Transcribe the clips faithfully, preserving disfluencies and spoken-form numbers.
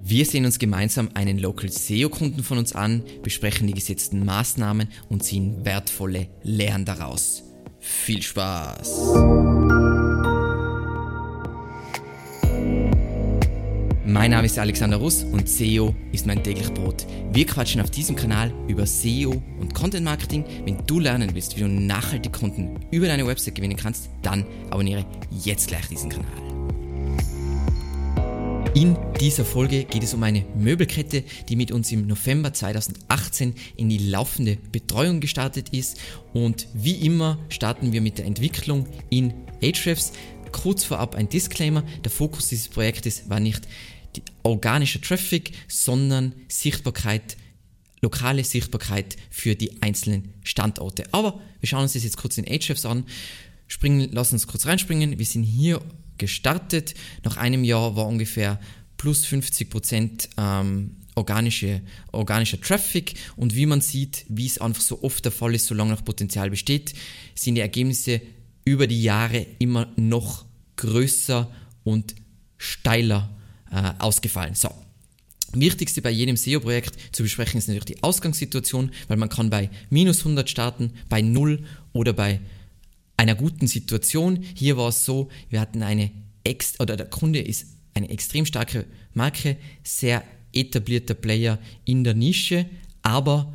Wir sehen uns gemeinsam einen Local S E O-Kunden von uns an, besprechen die gesetzten Maßnahmen und ziehen wertvolle Lehren daraus. Viel Spaß! Mein Name ist Alexander Russ und S E O ist mein täglich Brot. Wir quatschen auf diesem Kanal über S E O und Content Marketing. Wenn du lernen willst, wie du nachhaltig Kunden über deine Website gewinnen kannst, dann abonniere jetzt gleich diesen Kanal. In dieser Folge geht es um eine Möbelkette, die mit uns im November zweitausendachtzehn in die laufende Betreuung gestartet ist. Und wie immer starten wir mit der Entwicklung in Ahrefs. Kurz vorab ein Disclaimer: Der Fokus dieses Projektes war nicht die organischer Traffic, sondern Sichtbarkeit, lokale Sichtbarkeit für die einzelnen Standorte. Aber wir schauen uns das jetzt kurz in Ahrefs an. Springen, lass uns kurz reinspringen. Wir sind hier gestartet. Nach einem Jahr war ungefähr plus fünfzig Prozent ähm, organische, organischer Traffic. Und wie man sieht, wie es einfach so oft der Fall ist, solange noch Potenzial besteht, sind die Ergebnisse über die Jahre immer noch größer und steiler äh, ausgefallen. So. Wichtigste bei jedem S E O-Projekt zu besprechen ist natürlich die Ausgangssituation, weil man kann bei minus hundert starten, bei null oder bei einer guten Situation. Hier war es so, wir hatten eine, Ex- oder der Kunde ist eine extrem starke Marke, sehr etablierter Player in der Nische, aber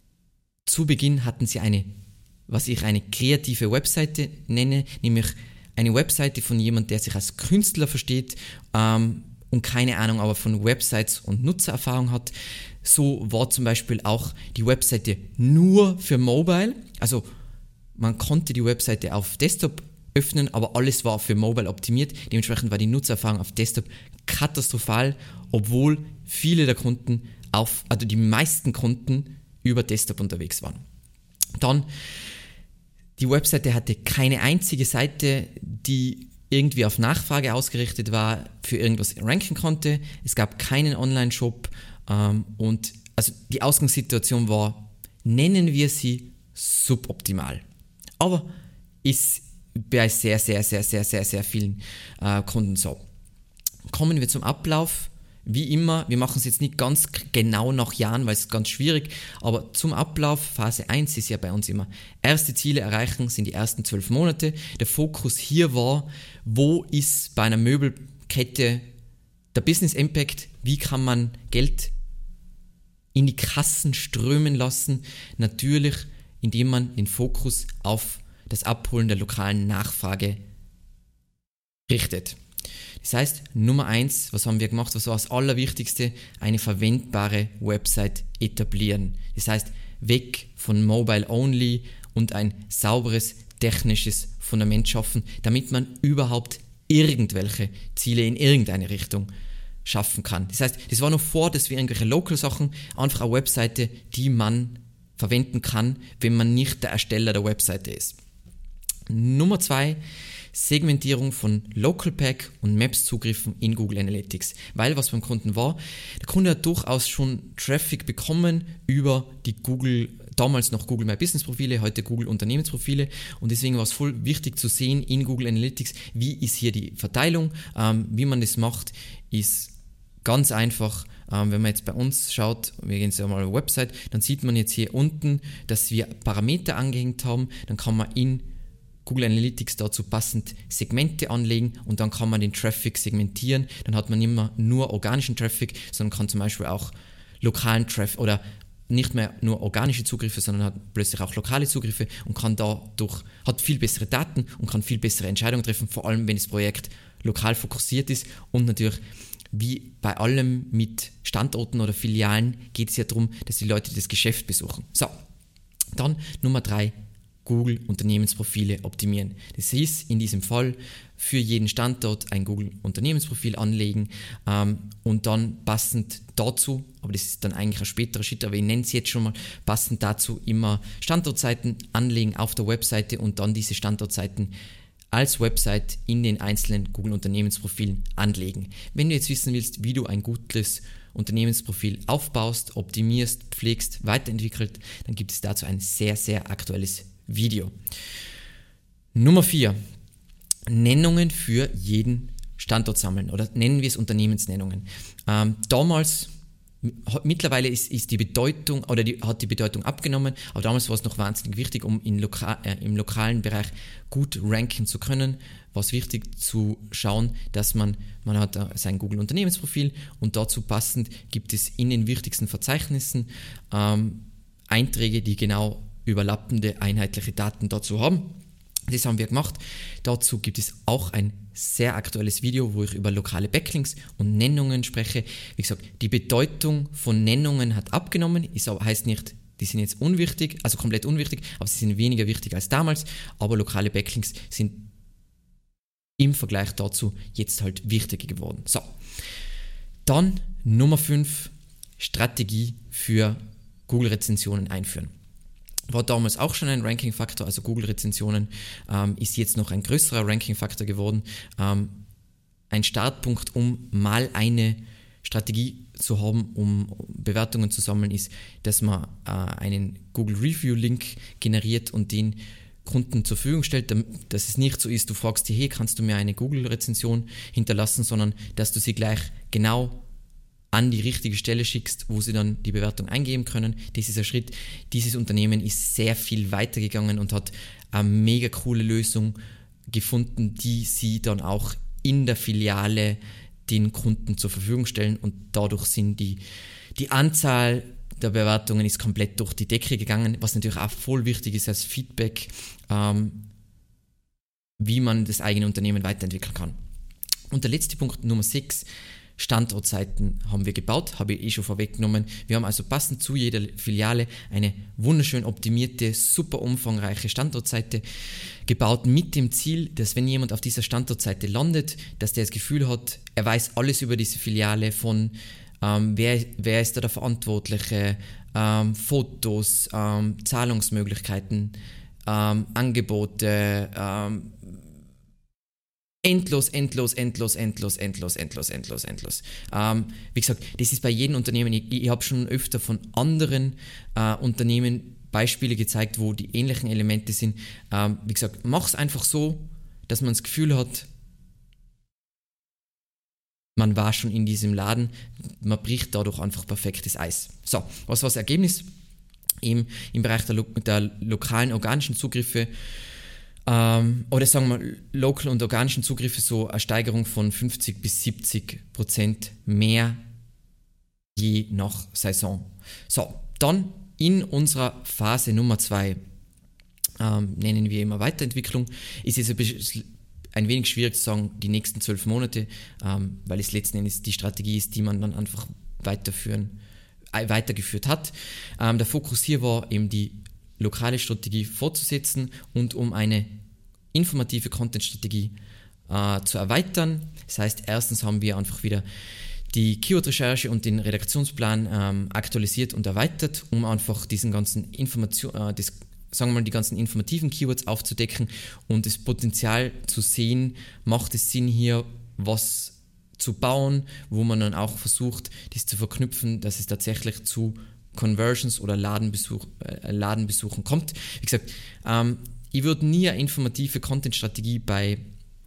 zu Beginn hatten sie eine, was ich eine kreative Webseite nenne, nämlich eine Webseite von jemandem, der sich als Künstler versteht ähm, und keine Ahnung aber von Websites und Nutzererfahrung hat. So war zum Beispiel auch die Webseite nur für Mobile, also man konnte die Webseite auf Desktop öffnen, aber alles war für Mobile optimiert. Dementsprechend war die Nutzererfahrung auf Desktop katastrophal, obwohl viele der Kunden, auf, also die meisten Kunden über Desktop unterwegs waren. Dann, die Webseite hatte keine einzige Seite, die irgendwie auf Nachfrage ausgerichtet war, für irgendwas ranken konnte. Es gab keinen Online-Shop ähm, und also die Ausgangssituation war, nennen wir sie, suboptimal. Aber ist bei sehr, sehr, sehr, sehr, sehr, sehr vielen äh, Kunden so. Kommen wir zum Ablauf. Wie immer, wir machen es jetzt nicht ganz genau nach Jahren, weil es ist ganz schwierig, aber zum Ablauf, Phase eins ist ja bei uns immer, erste Ziele erreichen sind die ersten zwölf Monate. Der Fokus hier war, wo ist bei einer Möbelkette der Business Impact, wie kann man Geld in die Kassen strömen lassen, natürlich indem man den Fokus auf das Abholen der lokalen Nachfrage richtet. Das heißt, Nummer eins, was haben wir gemacht, was war das Allerwichtigste? Eine verwendbare Website etablieren. Das heißt, weg von Mobile Only und ein sauberes technisches Fundament schaffen, damit man überhaupt irgendwelche Ziele in irgendeine Richtung schaffen kann. Das heißt, das war noch vor, dass wir irgendwelche Local-Sachen, einfach eine Webseite, die man verwenden kann, wenn man nicht der Ersteller der Webseite ist. Nummer zwei, Segmentierung von Local Pack und Maps Zugriffen in Google Analytics. Weil was beim Kunden war, der Kunde hat durchaus schon Traffic bekommen über die Google, damals noch Google My Business Profile, heute Google Unternehmensprofile, und deswegen war es voll wichtig zu sehen in Google Analytics, wie ist hier die Verteilung. Ähm, wie man das macht, ist ganz einfach. Ähm, wenn man jetzt bei uns schaut, wir gehen jetzt einmal auf die Website, dann sieht man jetzt hier unten, dass wir Parameter angehängt haben. Dann kann man in Google Analytics dazu passend Segmente anlegen und dann kann man den Traffic segmentieren. Dann hat man nicht mehr nur organischen Traffic, sondern kann zum Beispiel auch lokalen Traffic oder nicht mehr nur organische Zugriffe, sondern hat plötzlich auch lokale Zugriffe und kann dadurch, hat viel bessere Daten und kann viel bessere Entscheidungen treffen, vor allem wenn das Projekt lokal fokussiert ist. Und natürlich, wie bei allem mit Standorten oder Filialen, geht es ja darum, dass die Leute das Geschäft besuchen. So, dann Nummer drei, Google Unternehmensprofile optimieren. Das ist in diesem Fall für jeden Standort ein Google Unternehmensprofil anlegen ähm, und dann passend dazu, aber das ist dann eigentlich ein späterer Schritt, aber ich nenne es jetzt schon mal, passend dazu immer Standortseiten anlegen auf der Webseite und dann diese Standortseiten als Website in den einzelnen Google Unternehmensprofilen anlegen. Wenn du jetzt wissen willst, wie du ein gutes Unternehmensprofil aufbaust, optimierst, pflegst, weiterentwickelt, dann gibt es dazu ein sehr, sehr aktuelles Video. Nummer vier. Nennungen für jeden Standort sammeln oder nennen wir es Unternehmensnennungen. Ähm, damals, mittlerweile ist, ist die Bedeutung oder die, hat die Bedeutung abgenommen, aber damals war es noch wahnsinnig wichtig, um in loka- äh, im lokalen Bereich gut ranken zu können, war es wichtig zu schauen, dass man, man hat äh, sein Google-Unternehmensprofil und dazu passend gibt es in den wichtigsten Verzeichnissen ähm, Einträge, die genau überlappende einheitliche Daten dazu haben. Das haben wir gemacht. Dazu gibt es auch ein sehr aktuelles Video, wo ich über lokale Backlinks und Nennungen spreche. Wie gesagt, die Bedeutung von Nennungen hat abgenommen. Ist aber, heißt nicht, die sind jetzt unwichtig, also komplett unwichtig, aber sie sind weniger wichtig als damals. Aber lokale Backlinks sind im Vergleich dazu jetzt halt wichtiger geworden. So, dann Nummer fünf, Strategie für Google-Rezensionen einführen. War damals auch schon ein Ranking-Faktor, also Google-Rezensionen ähm, ist jetzt noch ein größerer Ranking-Faktor geworden. Ähm, ein Startpunkt, um mal eine Strategie zu haben, um Bewertungen zu sammeln, ist, dass man äh, einen Google-Review-Link generiert und den Kunden zur Verfügung stellt, dass es nicht so ist, du fragst die, hey, kannst du mir eine Google-Rezension hinterlassen, sondern dass du sie gleich genau an die richtige Stelle schickst, wo sie dann die Bewertung eingeben können. Das ist ein Schritt. Dieses Unternehmen ist sehr viel weitergegangen und hat eine mega coole Lösung gefunden, die sie dann auch in der Filiale den Kunden zur Verfügung stellen und dadurch sind die, die Anzahl der Bewertungen ist komplett durch die Decke gegangen, was natürlich auch voll wichtig ist als Feedback, ähm, wie man das eigene Unternehmen weiterentwickeln kann. Und der letzte Punkt, Nummer sechs, Standortseiten haben wir gebaut, habe ich eh schon vorweggenommen. Wir haben also passend zu jeder Filiale eine wunderschön optimierte, super umfangreiche Standortseite gebaut mit dem Ziel, dass wenn jemand auf dieser Standortseite landet, dass der das Gefühl hat, er weiß alles über diese Filiale von ähm, wer, wer ist da der Verantwortliche, ähm, Fotos, ähm, Zahlungsmöglichkeiten, ähm, Angebote, ähm, Endlos, endlos, endlos, endlos, endlos, endlos, endlos, endlos. Ähm, wie gesagt, das ist bei jedem Unternehmen, ich, ich habe schon öfter von anderen äh, Unternehmen Beispiele gezeigt, wo die ähnlichen Elemente sind. Ähm, wie gesagt, mach es einfach so, dass man das Gefühl hat, man war schon in diesem Laden, man bricht dadurch einfach perfektes Eis. So, was war das Ergebnis? Im, im Bereich der, lo- der lokalen organischen Zugriffe Ähm, oder sagen wir local und organischen Zugriffe, so eine Steigerung von fünfzig bis siebzig Prozent mehr je nach Saison. So, dann in unserer Phase Nummer zwei, ähm, nennen wir immer Weiterentwicklung, ist es ein, bisschen, ein wenig schwierig zu sagen, die nächsten zwölf Monate, ähm, weil es letzten Endes die Strategie ist, die man dann einfach weiterführen, äh, weitergeführt hat. Ähm, der Fokus hier war eben die lokale Strategie fortzusetzen und um eine informative Content-Strategie äh, zu erweitern. Das heißt, erstens haben wir einfach wieder die Keyword-Recherche und den Redaktionsplan ähm, aktualisiert und erweitert, um einfach diesen ganzen Information, äh, das, sagen wir mal, die ganzen informativen Keywords aufzudecken und das Potenzial zu sehen, macht es Sinn hier was zu bauen, wo man dann auch versucht, das zu verknüpfen, dass es tatsächlich zu Conversions oder Ladenbesuch, äh, Ladenbesuchen kommt. Wie gesagt, ähm, ich würde nie eine informative Content-Strategie bei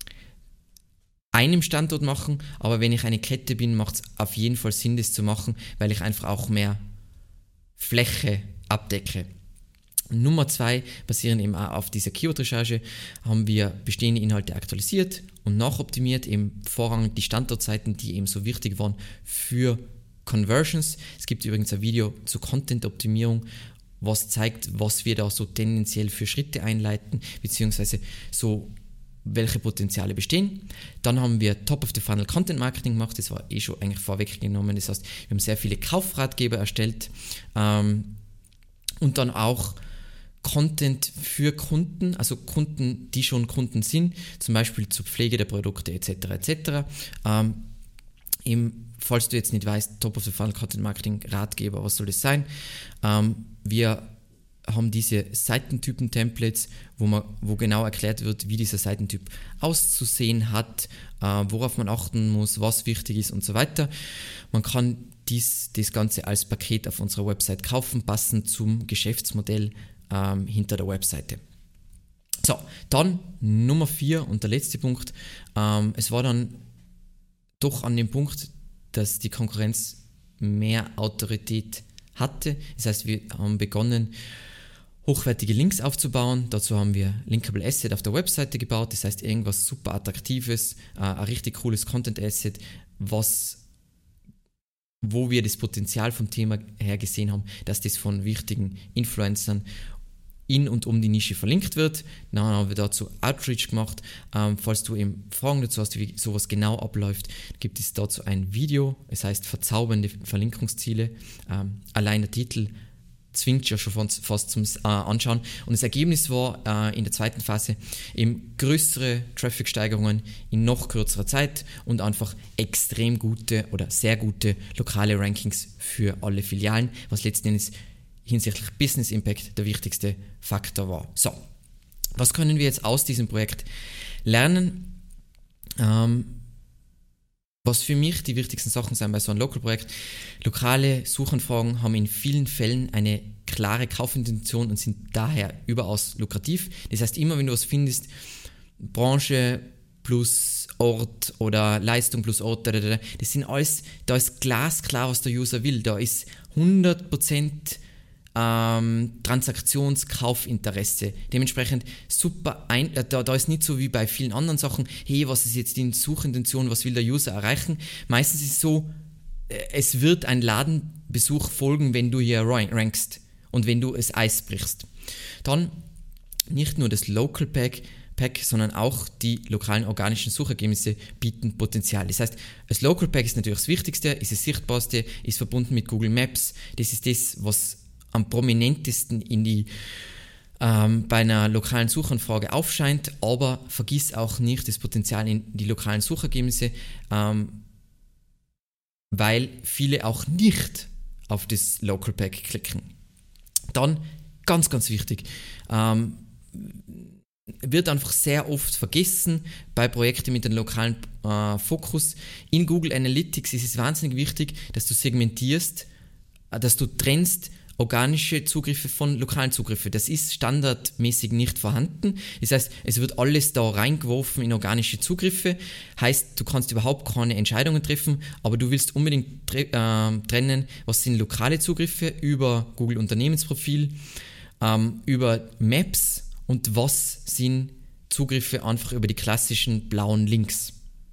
einem Standort machen, aber wenn ich eine Kette bin, macht es auf jeden Fall Sinn, das zu machen, weil ich einfach auch mehr Fläche abdecke. Nummer zwei, basierend eben auch auf dieser Keyword-Recherche, haben wir bestehende Inhalte aktualisiert und nachoptimiert, eben vorrangig die Standortseiten, die eben so wichtig waren für Conversions. Es gibt übrigens ein Video zur Content-Optimierung, was zeigt, was wir da so tendenziell für Schritte einleiten, beziehungsweise so welche Potenziale bestehen. Dann haben wir Top-of-the-Funnel-Content-Marketing gemacht, das war eh schon eigentlich vorweggenommen, das heißt, wir haben sehr viele Kaufratgeber erstellt ähm, und dann auch Content für Kunden, also Kunden, die schon Kunden sind, zum Beispiel zur Pflege der Produkte et cetera et cetera. Ähm, eben, falls du jetzt nicht weißt, Top-of-the-Funnel-Content-Marketing-Ratgeber, was soll das sein? Ähm, wir haben diese Seitentypen-Templates, wo, man, wo genau erklärt wird, wie dieser Seitentyp auszusehen hat, äh, worauf man achten muss, was wichtig ist und so weiter. Man kann dies, das Ganze als Paket auf unserer Website kaufen, passend zum Geschäftsmodell ähm, hinter der Webseite. So, dann Nummer vier und der letzte Punkt. Ähm, es war dann doch an dem Punkt, dass die Konkurrenz mehr Autorität hatte. Das heißt, wir haben begonnen, hochwertige Links aufzubauen. Dazu haben wir Linkable Asset auf der Webseite gebaut. Das heißt, irgendwas super Attraktives, äh, ein richtig cooles Content Asset, was, wo wir das Potenzial vom Thema her gesehen haben, dass das von wichtigen Influencern in und um die Nische verlinkt wird. Dann haben wir dazu Outreach gemacht. Ähm, falls du eben Fragen dazu hast, wie sowas genau abläuft, gibt es dazu ein Video. Es heißt verzaubernde Verlinkungsziele. Ähm, allein der Titel zwingt ja schon fast zum äh, Anschauen. Und das Ergebnis war äh, in der zweiten Phase eben größere Traffic-Steigerungen in noch kürzerer Zeit und einfach extrem gute oder sehr gute lokale Rankings für alle Filialen, was letzten Endes hinsichtlich Business Impact der wichtigste Faktor war. So, was können wir jetzt aus diesem Projekt lernen? Ähm, was für mich die wichtigsten Sachen sind bei so einem Local-Projekt: lokale Suchanfragen haben in vielen Fällen eine klare Kaufintention und sind daher überaus lukrativ. Das heißt, immer wenn du was findest, Branche plus Ort oder Leistung plus Ort, das sind alles, da ist glasklar, was der User will. Da ist hundert Prozent Ähm, Transaktionskaufinteresse. Dementsprechend super, ein, äh, da, da ist nicht so wie bei vielen anderen Sachen, hey, was ist jetzt die Suchintention, was will der User erreichen? Meistens ist es so, äh, es wird ein Ladenbesuch folgen, wenn du hier rankst und wenn du es Eis brichst. Dann nicht nur das Local Pack, Pack, sondern auch die lokalen organischen Suchergebnisse bieten Potenzial. Das heißt, das Local Pack ist natürlich das Wichtigste, ist das Sichtbarste, ist verbunden mit Google Maps. Das ist das, was am prominentesten in die, ähm, bei einer lokalen Suchanfrage aufscheint, aber vergiss auch nicht das Potenzial in die lokalen Suchergebnisse, ähm, weil viele auch nicht auf das Local Pack klicken. Dann, ganz, ganz wichtig, ähm, wird einfach sehr oft vergessen bei Projekten mit einem lokalen äh, Fokus. In Google Analytics ist es wahnsinnig wichtig, dass du segmentierst, äh, dass du trennst organische Zugriffe von lokalen Zugriffen. Das ist standardmäßig nicht vorhanden. Das heißt, es wird alles da reingeworfen in organische Zugriffe. Heißt, du kannst überhaupt keine Entscheidungen treffen, aber du willst unbedingt tre- äh, trennen, was sind lokale Zugriffe über Google Unternehmensprofil, ähm, über Maps und was sind Zugriffe einfach über die klassischen blauen Links.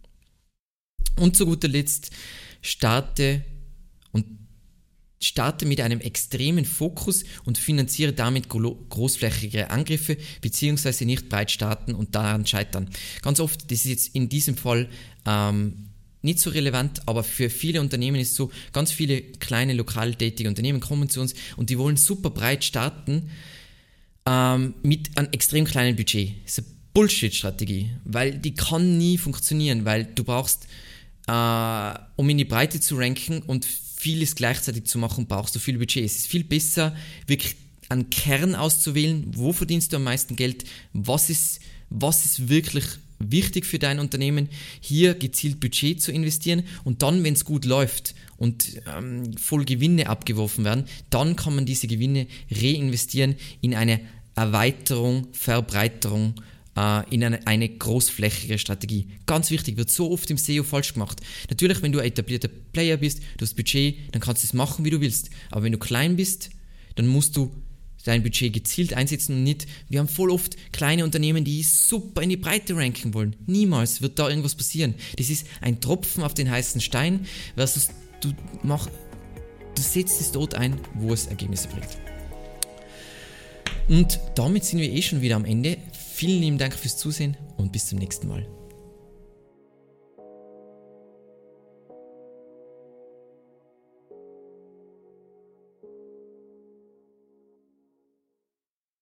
Und zu guter Letzt starte und Starte mit einem extremen Fokus und finanziere damit gro- großflächige Angriffe, beziehungsweise nicht breit starten und daran scheitern. Ganz oft, das ist jetzt in diesem Fall ähm, nicht so relevant, aber für viele Unternehmen ist es so, ganz viele kleine lokal tätige Unternehmen kommen zu uns und die wollen super breit starten ähm, mit einem extrem kleinen Budget. Das ist eine Bullshit-Strategie, weil die kann nie funktionieren, weil du brauchst, äh, um in die Breite zu ranken und vieles gleichzeitig zu machen, brauchst du viel Budget. Es ist viel besser, wirklich einen Kern auszuwählen, wo verdienst du am meisten Geld, was ist, was ist wirklich wichtig für dein Unternehmen, hier gezielt Budget zu investieren und dann, wenn es gut läuft und ähm, voll Gewinne abgeworfen werden, dann kann man diese Gewinne reinvestieren in eine Erweiterung, Verbreiterung, in eine, eine großflächige Strategie. Ganz wichtig, wird so oft im S E O falsch gemacht. Natürlich, wenn du ein etablierter Player bist, du hast Budget, dann kannst du es machen, wie du willst. Aber wenn du klein bist, dann musst du dein Budget gezielt einsetzen und nicht, wir haben voll oft kleine Unternehmen, die super in die Breite ranken wollen. Niemals wird da irgendwas passieren. Das ist ein Tropfen auf den heißen Stein, versus du, mach, du setzt es dort ein, wo es Ergebnisse bringt. Und damit sind wir eh schon wieder am Ende. Vielen lieben Dank fürs Zusehen und bis zum nächsten Mal.